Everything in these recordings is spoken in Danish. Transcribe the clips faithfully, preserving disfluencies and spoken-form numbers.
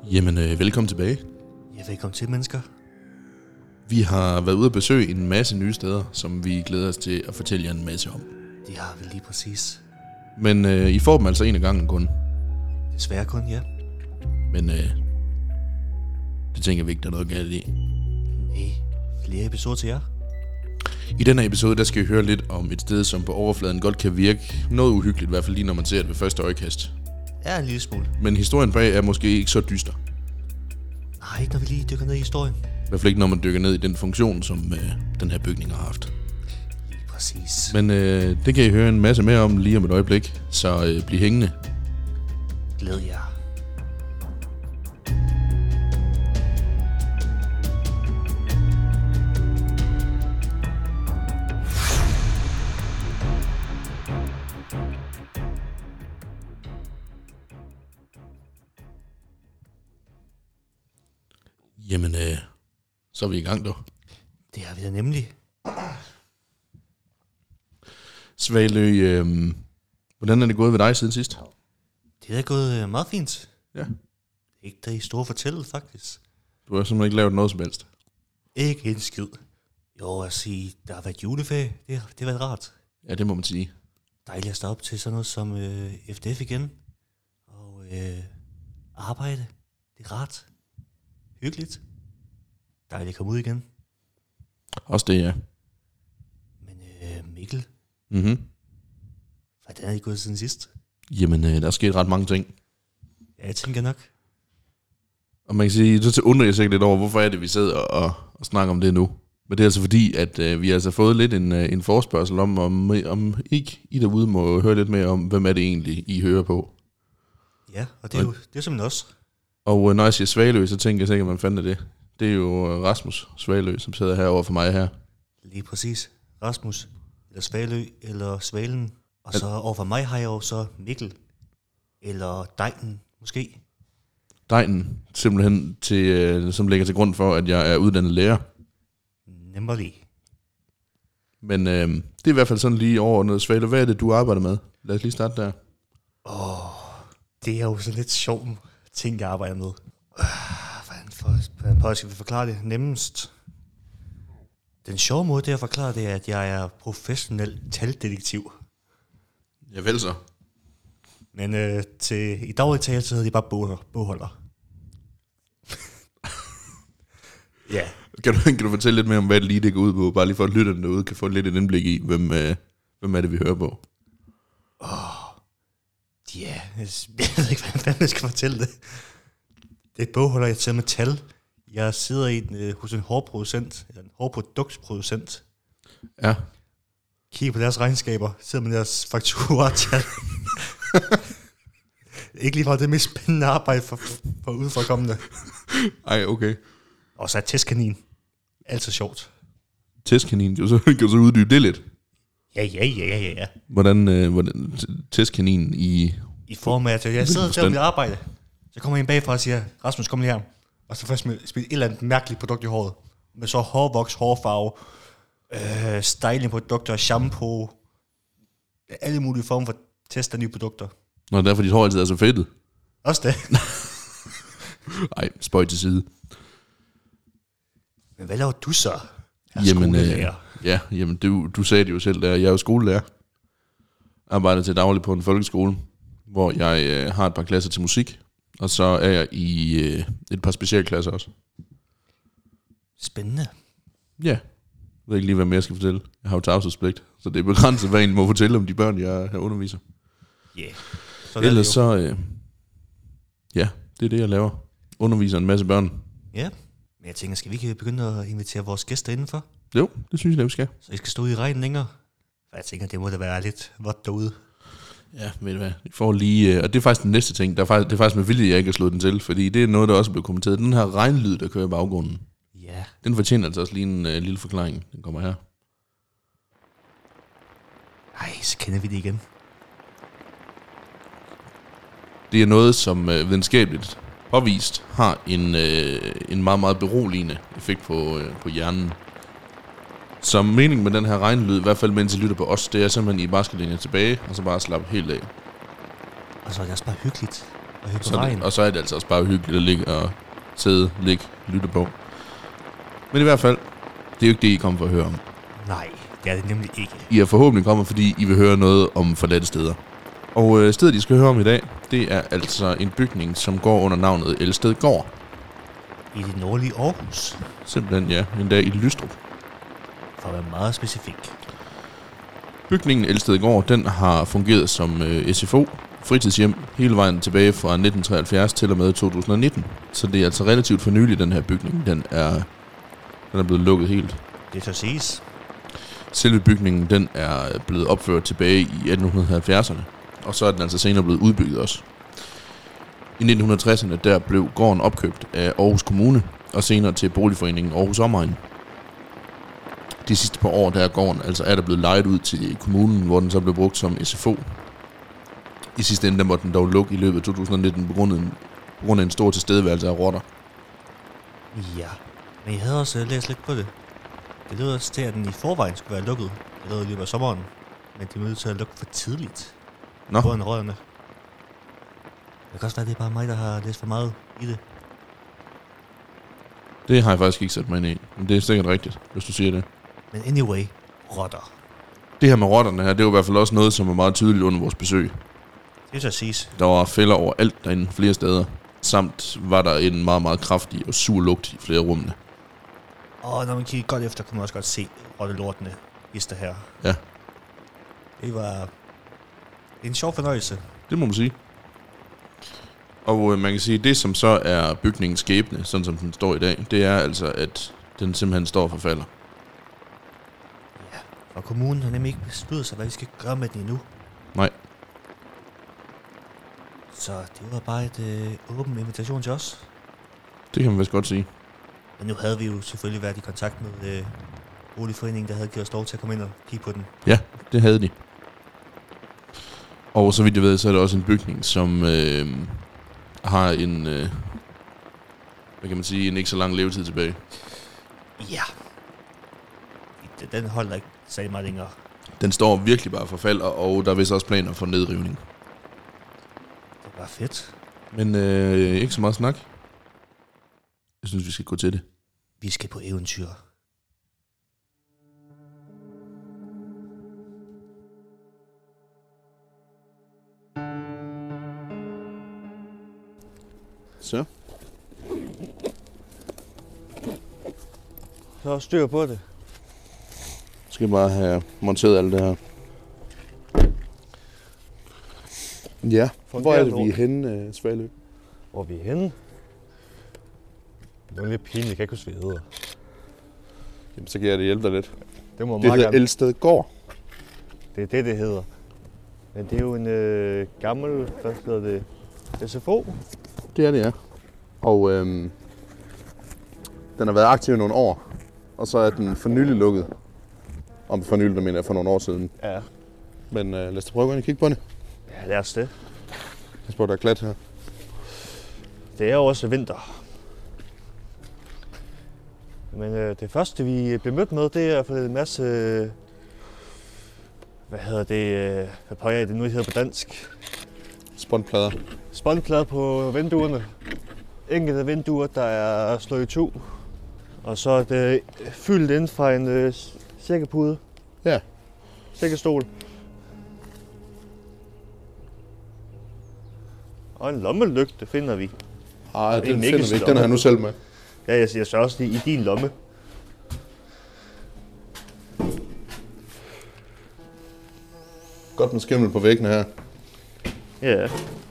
Jamen, øh, velkommen tilbage. Ja, velkommen til, mennesker. Vi har været ude at besøge en masse nye steder, som vi glæder os til at fortælle jer en masse om. Det har vi lige præcis. Men øh, I får dem altså en af gangen kun. Desværre kun, ja. Men øh, det tænker vi ikke, der er noget galt i. Nej, flere episoder til jer. I denne episode, der skal I høre lidt om et sted, som på overfladen godt kan virke noget uhyggeligt, i hvert fald lige når man ser det ved første øjekast. Ja, en lille smule. Men historien bag er måske ikke så dyster. Nej, ikke når vi lige dykker ned i historien. I hvert fald ikke, når man dykker ned i den funktion, som øh, den her bygning har haft. Lige præcis. Men øh, det kan I høre en masse mere om lige om et øjeblik, så øh, bliv hængende. Glæd jer. Jamen, øh, så er vi i gang, dog. Det har vi da nemlig. Svalø, øh, hvordan er det gået ved dig siden sidst? Det er gået øh, meget fint. Ja. Ikke det store fortællet, faktisk. Du har simpelthen ikke lavet noget som helst. Ikke en skid. Jo, at sige, der har været juleferie. Det, det har været rart. Ja, det må man sige. Dejligt at stå op til sådan noget som øh, F D F igen. Og øh, arbejde. Det er rart. Hyggeligt. Dejligt at komme ud igen. Også det, ja. Men øh, Mikkel, Mhm. hvordan er I gået siden sidst? Jamen, øh, der er sket ret mange ting. Ja, jeg tænker nok. Og man kan sige, så undrer jeg sig lidt over, hvorfor er det, vi sidder og, og snakker om det nu. Men det er altså fordi, at øh, vi har altså fået lidt en, øh, en forespørgsel om, om, om ikke I derude må høre lidt mere om, hvem er det egentlig, I hører på. Ja, og det er jo det er simpelthen også. Og øh, når jeg siger Svalø, så tænker jeg sikkert, man fandt det. Det er jo Rasmus Svalø, som sidder her over for mig her. Lige præcis. Rasmus, eller Svalø, eller Svalen. Og så overfor mig har jeg jo så Mikkel, eller Dejten, måske. Dejten, simpelthen, til, øh, som ligger til grund for, at jeg er uddannet lærer. Nemlig. Men øh, det er i hvert fald sådan lige overordnet. Svalø, hvad er det, du arbejder med? Lad os lige starte der. Åh, det er jo så lidt sjovt ting, jeg arbejder med. Øh, Hvordan for, hvordan for skal vi forklare det nemmest? Den sjove måde, det at forklare det, er, at jeg er professionel taldetektiv. Ja, vel så. Men øh, til, i daglig tale, så hedder de bare bogholder. bogholder. Ja. Kan du, kan du fortælle lidt mere om, hvad det lige det går ud på? Bare lige for at lytterne derude kan få lidt et indblik i, hvem, øh, hvem er det, vi hører på. Åh, oh, ja, jeg ved ikke, hvordan jeg skal fortælle det. Det er et bogholder, jeg tager med tal. Jeg sidder i en, øh, hos en hårproducent, eller en hårproduktsproducent. Ja. Kigger på deres regnskaber, sidder med deres fakturatal. Ikke lige fra det mest spændende arbejde for, for udforkommende. Ej, okay. Og så er testkanin. Altid sjovt. Testkanin, kan du så, kan du så uddybe det lidt? Ja, ja, ja, ja, ja. Hvordan, øh, hvordan testkaninen i... I form af, at jeg sidder til mit arbejde. Så kommer en bagfra og siger, Rasmus, kom lige her. Og så først med et eller andet mærkeligt produkt i håret. Med så hårvoks, hårfarve, øh, stylingprodukter, shampoo. Alle mulige former for test af nye produkter. Nå, derfor dit hår altid er så fedtet. Også det. Ej, spøj til side. Men hvad laver du så? Jamen, øh, ja, jamen du, du sagde det jo selv der. Jeg er jo skolelærer. Arbejder til daglig på en folkeskole, hvor jeg øh, har et par klasser til musik. Og så er jeg i øh, et par specialklasser også. Spændende. Ja. Jeg ved ikke lige, hvad mere jeg skal fortælle. Jeg har jo tavshedspligt, så det er begrænset, hvad en må fortælle om de børn, jeg, jeg underviser. Ja. Yeah. Ellers så, øh, ja, det er det, jeg laver. Underviser en masse børn. Ja, men jeg tænker, skal vi ikke begynde at invitere vores gæster indenfor? Jo, det synes jeg, vi skal. Så I skal stå ude i regnen længere? For jeg tænker, det må da være lidt vådt derude. Ja, ved du hvad, vi får lige, og det er faktisk den næste ting, der er faktisk, det er faktisk med vilje, jeg ikke har slået den til, fordi det er noget, der også er blevet kommenteret. Den her regnlyd, der kører i baggrunden, ja. Den fortjener altså også lige en uh, lille forklaring, den kommer her. Ej, så kender vi det igen. Det er noget, som uh, videnskabeligt påvist har en, uh, en meget, meget beroligende effekt på, uh, på hjernen. Så meningen med den her regnlyd, i hvert fald mens I lytter på os, det er simpelthen, I bare skal læne tilbage, og så bare slappe helt af. Og så er det også bare hyggeligt. Og, på så det, og så er det altså også bare hyggeligt at ligge og sidde, ligge, lytte på. Men i hvert fald, det er jo ikke det, I kommer for at høre om. Nej, det er det nemlig ikke. I er forhåbentlig kommet, fordi I vil høre noget om forladte steder. Og øh, stedet, I skal høre om i dag, det er altså en bygning, som går under navnet Elstedgård. I det nordlige Aarhus. Simpelthen, ja. Endda i Lystrup. For at være meget specifik. Bygningen Elstedgård, den har fungeret som øh, S F O, fritidshjem, hele vejen tilbage fra nitten treoghalvfjerds til og med to tusind nitten. Så det er altså relativt for nylig, den her bygning. Den er, den er blevet lukket helt. Det skal siges. Selve bygningen, den er blevet opført tilbage i atten halvfjerdserne. Og så er den altså senere blevet udbygget også. I nitten tresserne, der blev gården opkøbt af Aarhus Kommune, og senere til boligforeningen Aarhus Omegn. De sidste par år, der er gården altså er der blevet lejet ud til kommunen, hvor den så blev brugt som S F O. I sidste ende, der måtte den dog lukke i løbet af to tusind nitten på grund af en, på grund af en stor tilstedeværelse af rotter. Ja, men jeg havde også læst lidt på det. Det lød også til, at den i forvejen skulle være lukket. Det lød i løbet af sommeren, men de mødte til at lukke for tidligt. Nå. På en rotterne. Det kan også være, det er bare mig, der har læst for meget i det. Det har jeg faktisk ikke sat mig ind i, men det er sikkert rigtigt, hvis du siger det. Men anyway, rotter. Det her med rotterne her, det var i hvert fald også noget, som var meget tydeligt under vores besøg. Det skal siges. Der var fælder over alt derinde flere steder, samt var der en meget, meget kraftig og sur lugt i flere rummene. Og når man kigger godt efter, kan man også godt se rottelortene hister her. Ja. Det var en sjov fornøjelse. Det må man sige. Og øh, man kan sige, at det som så er bygningens skæbne, sådan som den står i dag, det er altså, at den simpelthen står og forfalder. Ja, og kommunen har nemlig ikke besluttet sig, hvad vi skal gøre med den endnu. Nej. Så det var bare et øh, åben invitation til os. Det kan man vist godt sige. Men nu havde vi jo selvfølgelig været i kontakt med øh, boligforeningen, der havde givet os lov til at komme ind og kigge på den. Ja, det havde de. Og så vidt jeg ved, så er det også en bygning, som øh, har en, øh, hvad kan man sige, en ikke så lang levetid tilbage. Ja. Den holder ikke særlig meget længere. Den står virkelig bare for fald, og der er vist også planer for nedrivning. Det var fedt. Men øh, ikke så meget snak. Jeg synes, vi skal gå til det. Vi skal på eventyr. Så. Så har styr på det. Skal bare have monteret alt det her. Ja, hvor er det, vi er henne, uh, Svalø? Hvor er vi henne? Det er lidt pinligt, jeg kan ikke huske, hvad det hedder. Jamen, så kan jeg det hjælpe dig lidt. Det, må det hedder Elstedgård. Det er det, det hedder. Men det er jo en øh, gammel, hvad hedder det, S F O. Det er det, ja. Og øhm, den har været aktiv nogle år, og så er den for nylig lukket. Om for nylig, der mener jeg, for nogle år siden. Ja. Men øh, lad os da prøve at gå ind og kigge på det. Ja, lad os det. Jeg spørger, der er klat her. Det er jo også vinter. Men øh, det første, vi bliver mødt med, det er for en masse... Øh, hvad hedder det? Øh, hvad pågår det nu, det hedder på dansk? Spåndplader. Spåndplader på vinduerne. Enkelte vinduer, der er slået i to. Og så er det fyldt ind fra en øh, sækkepude. Ja. Sækkestol. Og en lommelygte finder vi. Ej, den mega finder vi ikke. Den har jeg nu selv med. Ja, jeg siger så også lige i din lomme. Godt med skimmel på væggene her. Ja.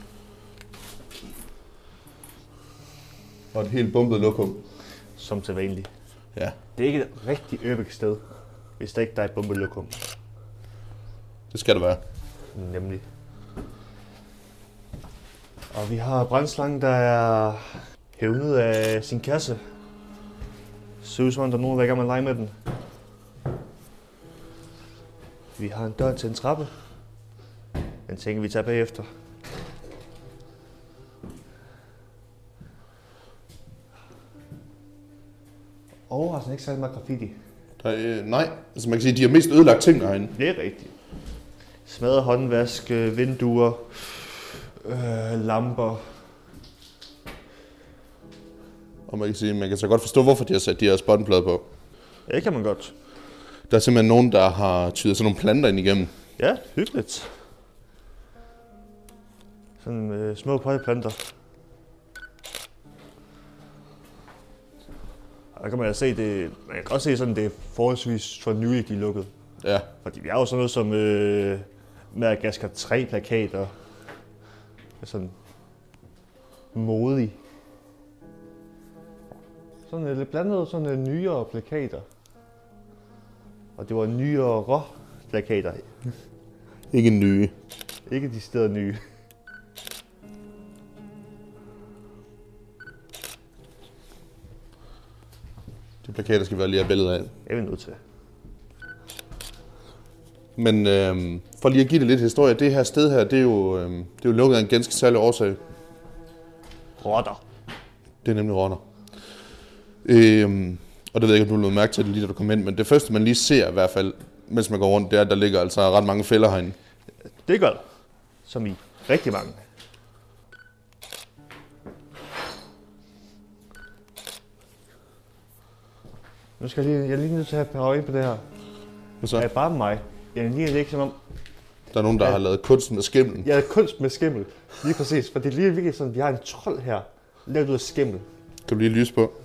Og et helt bumpet lokum. Som til vanligt. Ja. Det er ikke et rigtig øvrigt sted, hvis der ikke der er et bumpet lokum. Det skal det være. Nemlig. Og vi har brændslangen, der er hævnet af sin kasse. Ser ud som om, der er nogen, der er i gang med at lege med den. Vi har en dør til en trappe. Den tænker vi tager bagefter. Overraskende ikke særlig meget graffiti. Der er, øh, nej, altså man kan sige, at de har mest ødelagt ting herinde. Det er rigtigt. Smadret håndvask, vinduer, øh, lamper, Og man kan sige, man kan så godt forstå, hvorfor de har sat de her spottenplader på. Ja, det kan man godt. Der er simpelthen nogen, der har tydet sådan nogle planter ind igennem. Ja, hyggeligt. Sådan øh, små potteplanter. Der kan man altså se, det, man kan også se sådan, det er forholdsvis for nyligt, de er lukket. Ja. Fordi vi har jo sådan noget som øh, Madagaskar tre plakater. Sådan modig. Sådan øh, lidt blandet sådan øh, nyere plakater. Og det var nyere plakater. Ikke nye. Ikke de steder nye. De plakater skal vi lige have billeder af. Det er vi nødt til. Men øh, for lige at give det lidt historie, det her sted her, det er jo, øh, det er jo lukket af en ganske særlig årsag. Rotter. Det er nemlig rotter. Øh, og det ved jeg ikke, om du har mærke til det lige, da du kom ind, men det første, man lige ser i hvert fald, mens man går rundt, det er, at der ligger altså ret mange fælder herinde. Det gør der. Som i rigtig mange. Nu skal jeg lige, jeg er lige nødt til at have øje på det her. Hvad så? Er det bare mig? Jeg er lige ikke som om... Der er nogen, der ja. har lavet kunst med skimmel. Jeg er kunst med skimmel. Lige præcis. For det er lige virkelig sådan, at vi har en trold her, lavet ud af skimmel. Kan du lige lyse på?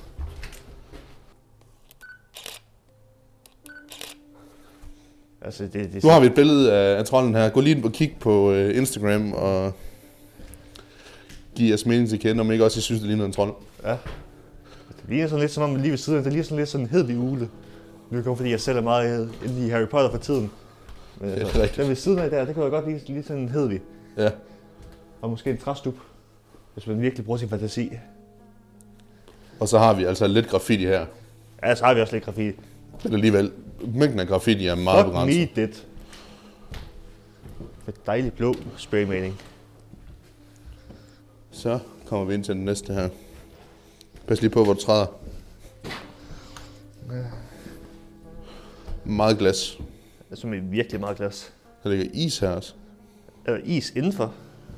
Altså, det, det nu har vi et billede af, af trolden her. Gå lige ind og kig på uh, Instagram og giv jeres mening til kende, om ikke også I synes, det ligner en trold. Ja. Det ligner sådan lidt som om lige ved siden, det ligner sådan lidt sådan en hedvig ule. Nu kommer fordi jeg selv er meget inde i Harry Potter for tiden. Men det er altså, rigtigt. den ved siden af der, det kan jeg godt lide, lige sådan en hedvig. Ja. Og måske en træstup, hvis man virkelig bruger sin fantasi. Og så har vi altså lidt graffiti her. Ja, så har vi også lidt graffiti. Men alligevel, mængden af graffiti er meget Fuck begrænset. me det. Med dejlig blå spraymaling. Så kommer vi ind til den næste her. Pas lige på, hvor du træder. Meget glas. Det er som i virkelig meget glas. Der ligger is her også. Er der is indenfor?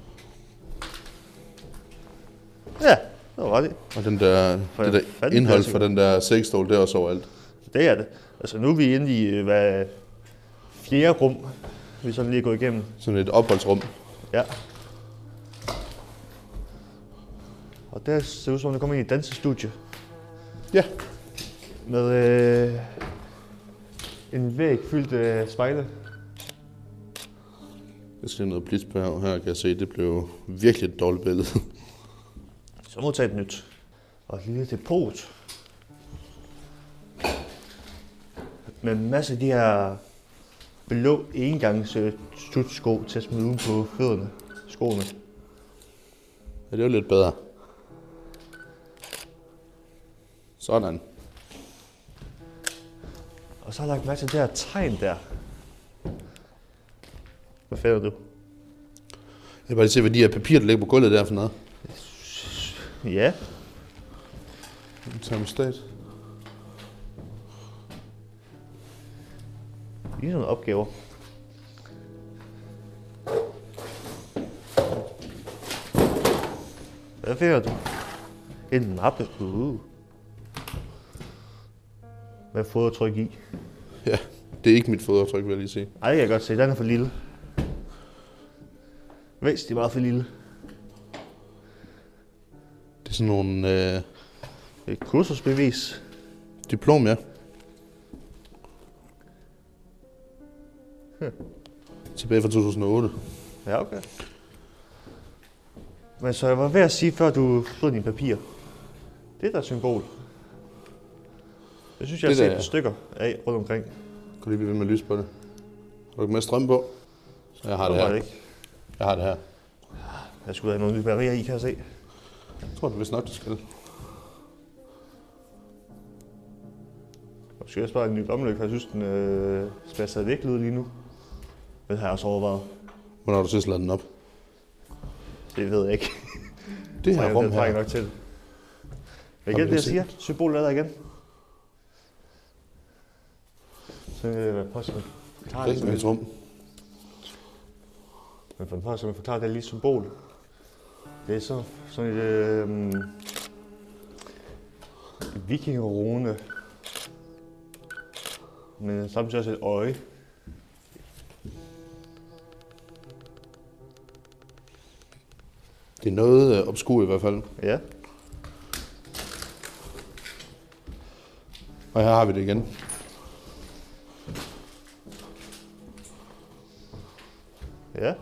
Ja, det var ret i. Og den der, For det der fanden indhold klassiker. for den der sexstol, det er også overalt. Det er det. Altså nu er vi inde i hvad, fjerde rum, vi sådan lige er gået igennem. Sådan et opholdsrum. Ja. Og der ser ud som, det kommer ind i et dansestudie. Ja. Med øh, en væg fyldt af spejle. Jeg skal noget blitz på her. Her kan jeg se, det blev virkelig et dårligt billede. Så må vi tage et nyt. Og et lille depot. Med en masse af de her blå engangs studsko til at smide uden på fødderne. Skoene. Ja, det er jo lidt bedre. Sådan. Og så har jeg lagt mærke til det her tegn der. Hvad finder du? Jeg vil bare lige se, hvad de her papirer, der ligger på gulvet der for noget. Ja. En termostat. Det er nogle opgaver. Hvad finder du? En mappe. Uh. Med fodaftryk i. Ja, det er ikke mit fodaftryk, vil jeg lige sige. Ej, det kan jeg godt se. Den er for lille. Væsentligt meget for lille. Det er sådan nogle øh, Et kursusbevis. diplom, ja. Hm. Tilbage fra to tusind og otte. Ja, okay. Men så jeg var ved at sige, før du slog dine papirer. Det er der et symbol. Det synes jeg, jeg Det har set der- på stykker af rundt omkring. Kan du lige blive ved med lys på det? Har du ikke mere strøm på? Så jeg har det Det var her. det ikke. Jeg har det her. Jeg skulle have nogle nye batterier i, kan jeg se. Jeg tror, det vist nok, det skal. Og skal jeg også bare en ny lommelygte, for jeg synes, den øh, spasser væk ud lige nu. Det har jeg også overvejet. Hvornår har du sidst lavet den op? Det ved jeg ikke. Det her Jeg rum det trænger her. nok til. Hvad Har igen vi det, jeg set? siger? Symbolet er der igen. Så øh, prøv at forklare det. Rigtig rum. Men for først, man forklare det er lige symbol. Det er så sådan et, øh, vikingerune. Men samtidig også et øje. Det er noget øh, obskur i hvert fald. Ja. Og her har vi det igen. Ja.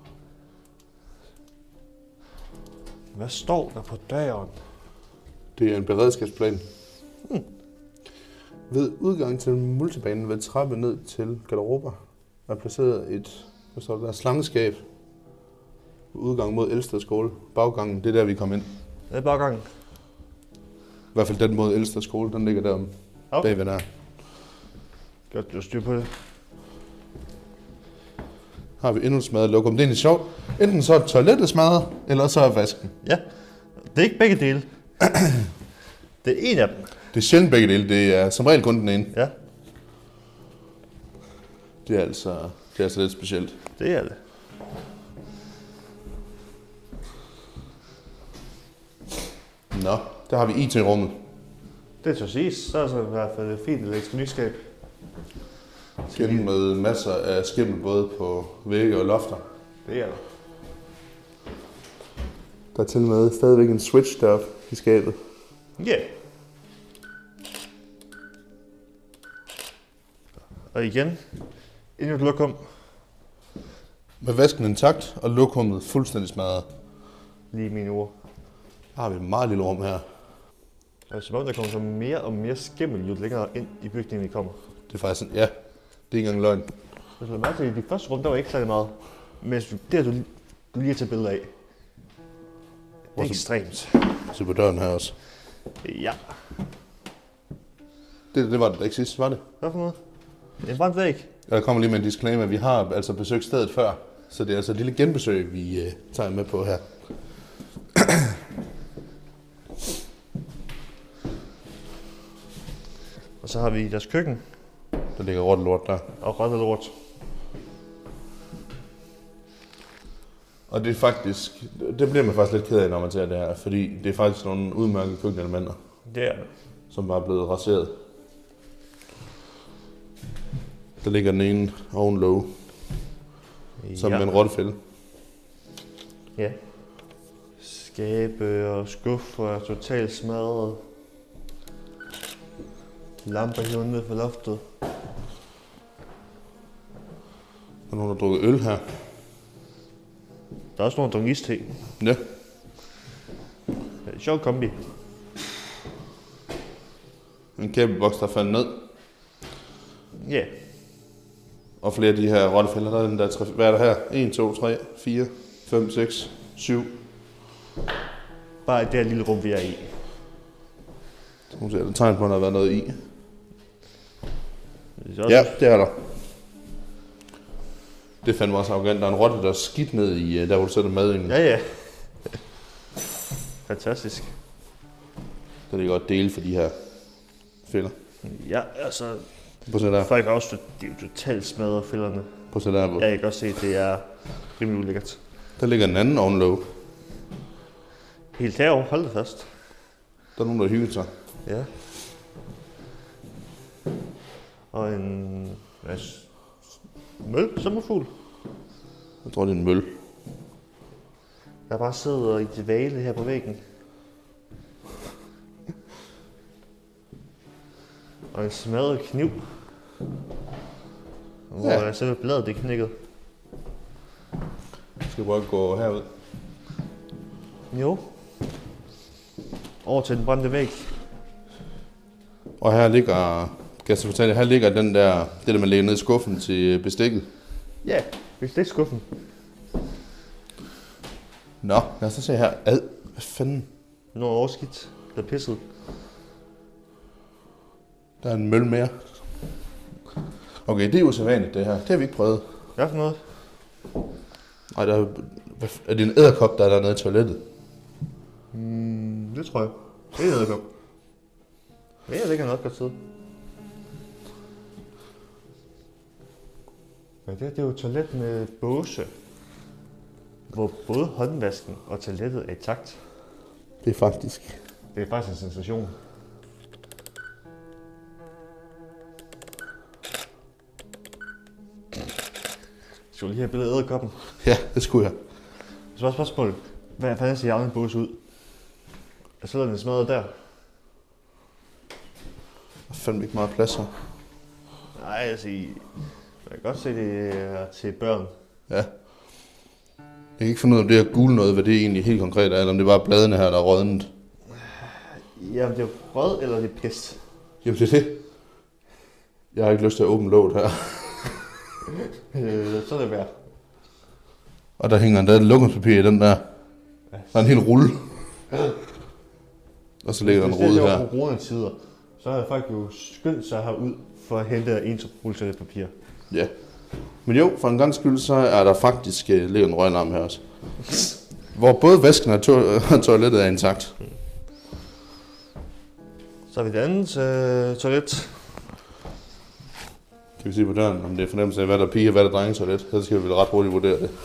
Hvad står der på døren? Det er en beredskabsplan. Hmm. Ved udgang til multibanen ved trappe ned til garderober er placeret et hvad står der, slangeskab. Udgang mod Elsted skole. Baggangen, det er der, vi kom ind. Det er baggangen. I hvert fald den mod Elsted skole, den ligger derom Okay. bagved der. Godt, du styr på det. Har vi endnu et smadret lokum. Det er egentlig sjovt. Enten så er toilettet smadret, eller så er vasken. Ja. Det er ikke begge dele. Det er en af dem. Det er sjældent begge dele. Det er som regel kun den ene. Ja, Det er altså, det er altså lidt specielt. det er det. Nå, der har vi I T-rummet. Det tør siges. Så er det så i hvert fald et fint elektronikskab. Igen med masser af skimmel både på vægge og lofter. Det er det. Der er til og med stadigvæk en switch deroppe i skabet. Ja. Yeah. Og igen, endnu et lokum. Med vasken intakt og lokummet fuldstændig smadret. Lige mine ord. Der har vi et meget lille rum her. Og som om der kommer så mere og mere skimmel, jo længere ind i bygningen vi kommer. Det er faktisk sådan, ja, det er ikke engang løgn. Hvis du mærke til, i de første rum, der var ikke særlig meget. Men det har du, du lige har taget billeder af. Det er ekstremt. Se på døren her også. Ja. Det, det var det da ikke sidst, var det? Hvad for noget? En brændt væg. Der kommer lige med en disclaimer. Vi har altså besøgt stedet før, så det er altså et lille genbesøg, vi uh, tager med på her. Og så har vi deres køkken. Der ligger råt lort der. Og ret lort. Og det er faktisk, det bliver man faktisk lidt ked af, når man ser det her, fordi det er faktisk nogle udmærkede køkkenelementer, Det er det. som bare er blevet raseret. Der ligger den ene ovenlåge, som Ja. med en rottefælde. Ja. Skabe og skuffer er totalt smadret. Lamper hiver ned fra loftet. Der er nogen, der har drukket øl her. Der er også nogen, der drikker iste. Ja, Det er en sjov kombi. en kæbeboks, der faldt ned. Ja. Og flere af de her rottefælder, der er den der tre, hvad er der her? en, to, tre, fire, fem, seks, syv. Bare i det her lille rum, vi er i. Så må vi se, er der tegn på, at der har været noget i. Det er også Ja, det er der. Det fandt mig også arrogant. Der er en rotte, der er skidt ned i, der hvor du sætter mad ind. Ja, ja. Fantastisk. Der ligger godt dele for de her fælder. Ja, altså, Prøv at se der. folk har også, de er jo totalt smadret fælderne. Prøv at se der. Hvor. Jeg kan godt se, at det er rimelig ulækkert. Der ligger en anden ovenlåge. Helt herovre, hold det fast. Der er nogen, der hygger sig. Ja. Og en hvad, s- møl, sommerfugl. Jeg tror, det er en møl. Der bare sidder i dvale her på væggen. Og en smadret kniv. Hvor Ja. ja. selve bladet det er knækket. Skal vi bare gå herud? Jo. Over til den brændte væg. Og her ligger, kan jeg så fortælle, her ligger den der, det der man lægger ned i skuffen til bestikket. Ja, hvis det er skuffen. Nå, lad os så se her. Ad, hvad fanden? Noget overskidt. Der er pisset. Der er en møl mere. Okay, det er usædvanligt det her. Det har vi ikke prøvet. Hvad for noget? Ej, der er, hvad, er det en edderkop, der er dernede i toilettet? Mm, det tror jeg. Det er noget godt. Ja, det kan nok godt sidde. Ja, det, det er jo et toilet med båse. Hvor både håndvasken og toilettet er i takt. Det er faktisk. Det er faktisk en sensation. Skal du lige have billedet af æderkoppen? Ja, det skulle jeg. Så var spørgsmålet, hvad fanden ser javlen bås ud? Jeg sidder den smadret der. Der er fandme ikke meget plads her. Nej, altså, jeg kan godt se, det er til børn. Ja. Jeg kan ikke finde ud af, om det her gule noget, hvad det egentlig helt konkret er, eller om det er bare bladene her, der er rådnet. Jamen, det er rød, eller det er pest. Jamen, det er det. Jeg har ikke lyst til at åbne låget her. øh, så er det værd. Og der hænger endda et lukningspapir i den der. Der er en hel rulle. Og så ligger der en rude her. Hvis det er coronatider, så har jeg faktisk jo skyndt sig herud for at hente en rulle papir. Ja. Men jo, for en gang skyld, så er der faktisk uh, ligger en røglarm her også. Hvor både vasken og, to- og toilettet er intakt. Så har vi det andet øh, toilet. Kan vi se på døren, om det er fornemmelse af, hvad der er pige og hvad der er drengetoilet. Så skal vi vel ret hurtigt vurdere det.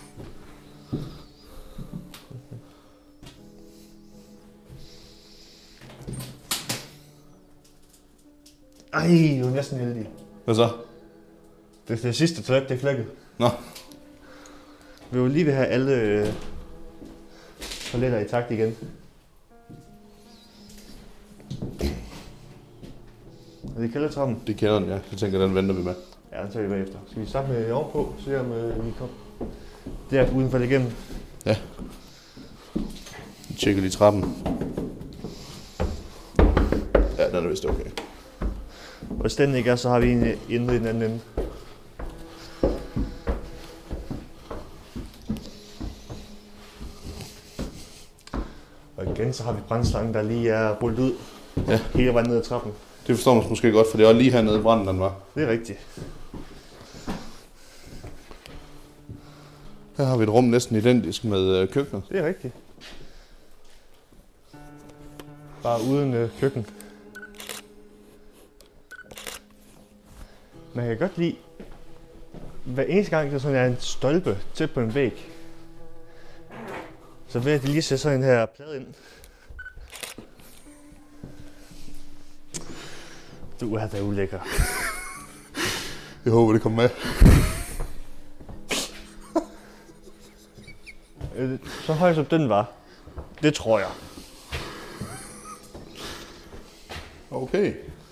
Ej, du er næsten heldig. Hvad så? Det er det sidste toilet, det er flækket. Nå. Vi vil lige vil have alle øh, toiletter i takt igen. Er det kældertrappen? Det kender den, ja. Jeg tænker, den venter vi med. Ja, den tager vi bagefter. Skal vi starte med ovenpå, så se om øh, vi kommer der udenfor det igennem. Ja. Vi tjekker lige trappen. Ja, den er vist okay. Og hvis den ikke er, så har vi en inde i den anden ende. Og igen, så har vi brændslangen, der lige er rullet ud. Ja. Hele vejen ned ad trappen. Det forstår man måske godt, for det er også lige hernede i branden, den var. Det er rigtigt. Her har vi et rum næsten identisk med øh, køkkenet. Det er rigtigt. Bare uden øh, køkken. Man kan godt lide, hver eneste gang der sådan er en stolpe tæt på en væg, så vil jeg lige sætte sådan en her plade ind. Du er da ulækker. Jeg håber, det kommer med. Så høj som den var. Det tror jeg. Okay.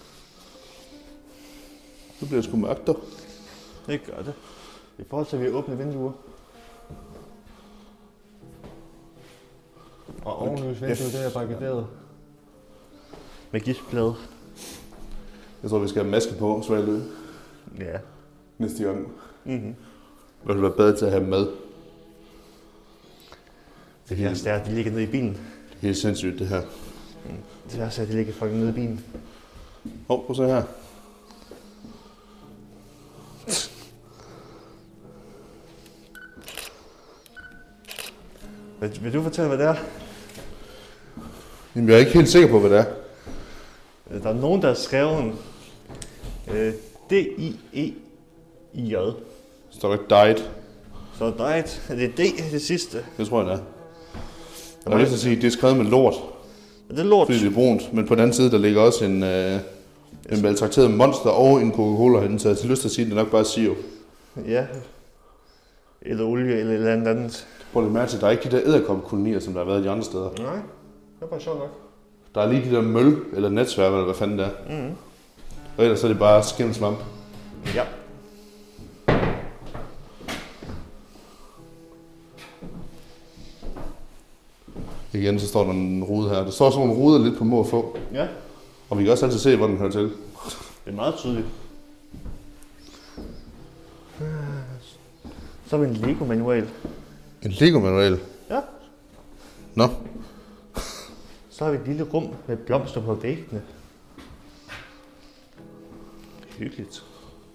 Så bliver det sgu mørkt, dog. Det gør det. I forhold til, at vi åbner vinduer. Og ovenløs vinduer, det er barrikaderet. Med giftplade. Jeg tror, vi skal have maske på, Svalø. Ja. Næste gang. Mhm. Det vil være bedre til at have mad. Det værste er, at de ligger nede i bilen. Det er helt sindssygt, det her. Det værste er, at de ligger fucking nede i bilen. Hov, prøv at se her. Vil, vil du fortælle, hvad det er? Jamen, jeg er ikke helt sikker på, hvad det er. Der er nogen, der har skrevet øh, D I E I J. Så står der ikke diet. Så diet. Er det D, det sidste? Det tror jeg, det er. Jeg har lyst til at sige, at det er skrevet med lort. Er det lort? Fordi det er brunt. Men på den anden side, der ligger også en, øh, en maltrakteret monster og en Coca-Cola herinde. Så jeg har lyst til at sige, at det er nok bare sirup. Ja. Eller olie, eller et eller andet andet. Prøv lige mærke til, at der er ikke de der edderkoppekolonier, som der har været de andre steder. Nej, det er bare sjovt nok. Der er lige de der møl, eller netsværme, eller hvad fanden det er. Mhm. Og ellers er det bare skimmelsvamp. Ja. Igen, så står der en rude her. Der står sådan nogle ruder lidt på må og få. Ja, Og vi kan også altid se, hvor den hører til. det er meget tydeligt. Så har vi en Lego-manual. En Lego-manual. Ja. Nå. Så har vi et lille rum med blomster på væggene. Hyggeligt.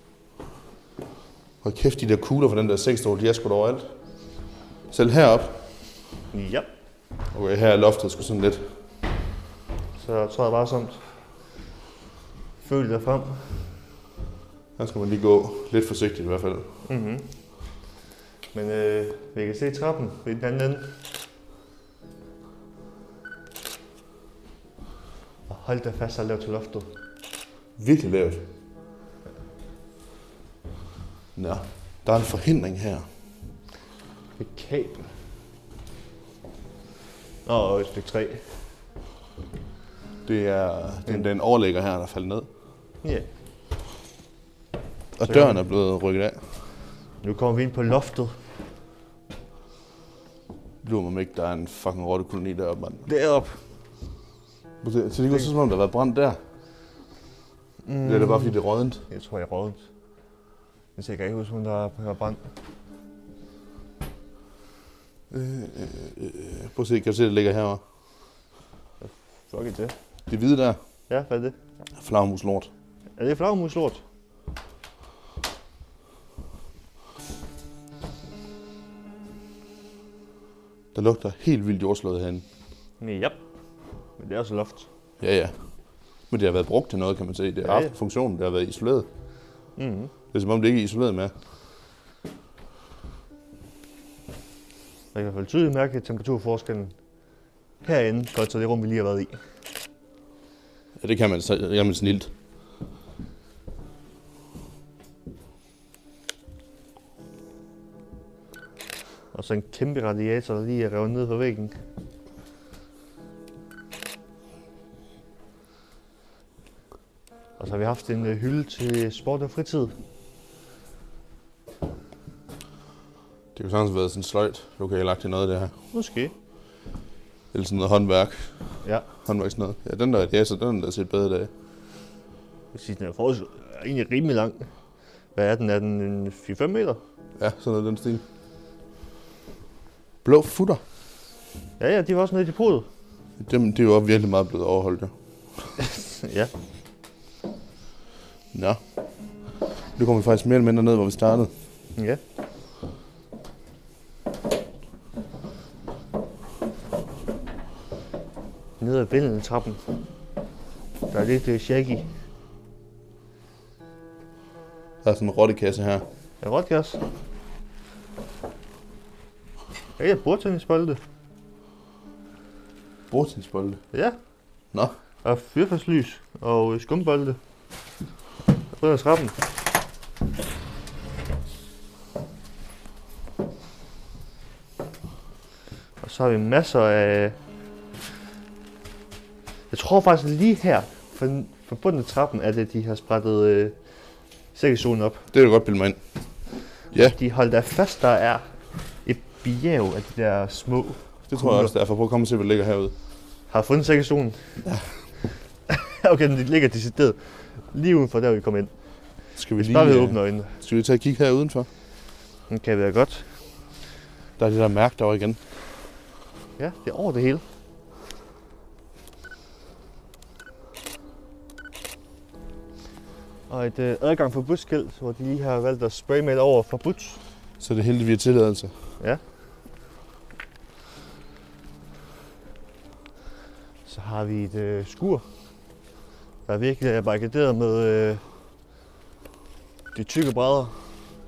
Hold kæft, de der kugler for den der seksstol, de er sgu da overalt. Selv heroppe. Ja. Okay, her er loftet sgu sådan lidt. Så jeg tror jeg bare sådan. Følg dig frem. Her skal man lige gå lidt forsigtigt i hvert fald. Mm-hmm. Men øh, vi kan se trappen ved den anden ende. Og hold da fast og lav til loftet. Virkelig lavt. Nå, Der er en forhindring her. Et kabel. Nå, og et stykke træ. Det er den, den overlægger her, der faldt ned. Ja. Og så døren er blevet rykket af. Nu kommer vi ind på loftet. Lurer mig ikke, der er en fucking rottekoloni deroppe, mand. Deroppe. Så det kunne så som om, der har været brændt der. Mm. Det er det bare fordi, det er rådent. Jeg tror, jeg er rådent. Jeg ser ikke huske, om der har brændt. Øh, øh, øh. Prøv at se, kan du se, det ligger herovre? Fuck it det. Det hvide der. Ja, hvad er det? Flagmuslort. Er det flagmuslort? Der lugter helt vildt jordslået herinde. Ja. Men det er også loft. Ja, ja. Men det har været brugt til noget, kan man se. Det har ja, haft ja. funktionen, det har været isoleret. Mm-hmm. Det er som om, det ikke er isoleret med. Jeg kan i hvert fald tydeligt mærke temperaturforskellen herinde, godt så det rum, vi lige har været i. Ja, det kan man, det kan man snilt. Og så en kæmpe radiator, der lige er revet ned på væggen. Og så har vi haft en hylde til sport og fritid. Det kunne sagtens have været sådan sløjt. Du kan have lagt til noget af det her. Måske. Eller sådan noget håndværk. Ja. Håndværk noget. Ja, den der radiator, den der set bedre dag. Jeg synes, den er, for... er egentlig rimelig lang. Hvad er den? Er den en fire fem meter? Ja, sådan noget den stil. Blå futter. Ja, ja, de var også nede i depotet. Dem, det er jo også virkelig meget blevet overholdt, ja. Ja. Nå. Nu kommer vi faktisk mere eller mindre ned, hvor vi startede. Ja. Nede ad vindeltrappen. Der er lidt uh, shaggy. Der er sådan en rottekasse her. Ja, rotgas. Ja, bordtennisbolde. Bordtennisbolde? Ja. Nå. Og fyrfærdslys og skumbolde. Der er trappen. Og så har vi masser af... Jeg tror faktisk lige her, for, for bunden af trappen, er det, de har sprættet øh, sækkezonen op. Det er du godt bilde mig ind. Ja. De holdt der fast, der er et bjerg af de der små Det tror jeg også, derfor. Prøv at komme og se, hvad der ligger herude. Har fundet sækkezonen? Ja. Okay, den ligger decideret lige udenfor, der vi kom ind. Skal vi lige... lige... Bare ved åbne øjnene. Skal vi tage og kigge her udenfor? Den kan være godt. Der er det der mærke derovre igen. Ja, det er over det hele. Og et øh, adgang for busskilt, hvor de lige har valgt at spraymale over forbudt. Så det er heldigt, vi har tilladelse. Ja. Så har vi et øh, skur, der er virkelig er barrikaderet med øh, de tykke brædder.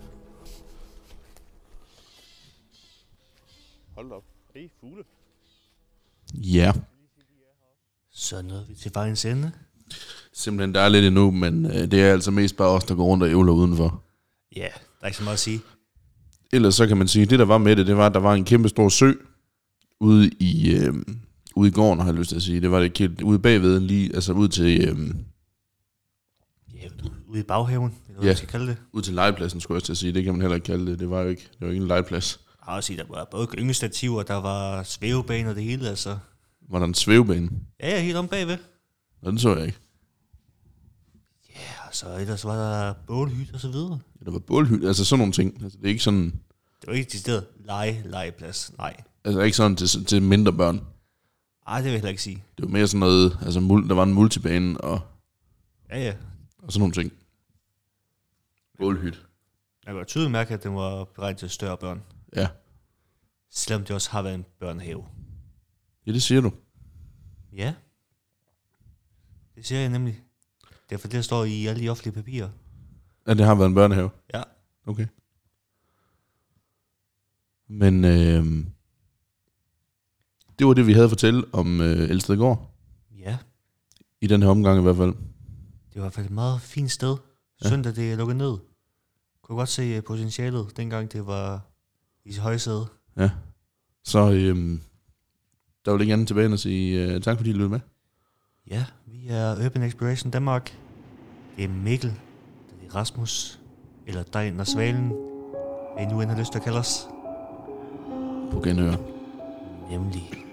Hold op. Hey, fugle. Ja. Så nåede vi til vejens ende. Simpelthen, der er lidt endnu, men øh, det er altså mest bare os, der går rundt og ævler udenfor. Ja, der er ikke så meget at sige. Ellers så kan man sige, at det der var med det, det var, at der var en kæmpe stor sø ude i, øh, ude i gården, har jeg lyst til at sige. Det var det helt ude bagved, lige, altså ud til... Øh, ja, ude i baghaven, eller hvad ja, man skal kalde det. Ud til legepladsen, skulle jeg til at sige. Det kan man heller ikke kalde det. Det var jo ikke, det var ikke en legeplads. Jeg har også sige, der var både gyngestativer, der var svævebaner og det hele, altså. Var der en svævebane? Ja, ja, helt om bagved. Nå, den så jeg ikke. Ja, og så ellers var der bålhyt og så videre. Ja, der var bålhyt, altså sådan nogle ting. Altså, det er ikke sådan... Det var ikke til stedet lege, legeplads, nej. Altså ikke sådan til, til mindre børn. Ej, det vil jeg heller ikke sige. Det var mere sådan noget, altså mul, der var en multibane og, Ja, ja. og sådan nogle ting. Bålhyt. Jeg kan tydeligt mærke, at den var beregnet til større børn. Ja. Selvom det også har været en børnehave. Ja, det siger du. Ja. Det siger jeg nemlig. Det er for det, der står i alle de offentlige papirer. Ja, det har været en børnehave? Ja. Okay. Men øh, det var det, vi havde at fortælle om øh, Elstedgård. Ja. I den her omgang i hvert fald. Det var i hvert fald et meget fint sted. Ja. Søndag, det er lukket ned. kunne godt se potentialet, dengang det var i højsæde. Ja. Så øhm, der er jo ikke andet tilbage end at sige uh, tak, fordi I lyttede med. Ja, vi er Urban Exploration Danmark. Det er Mikkel, det er Rasmus, eller Dejen og Svalen, hvad I nu end har lyst til at kalde os. På genhør. Nemlig.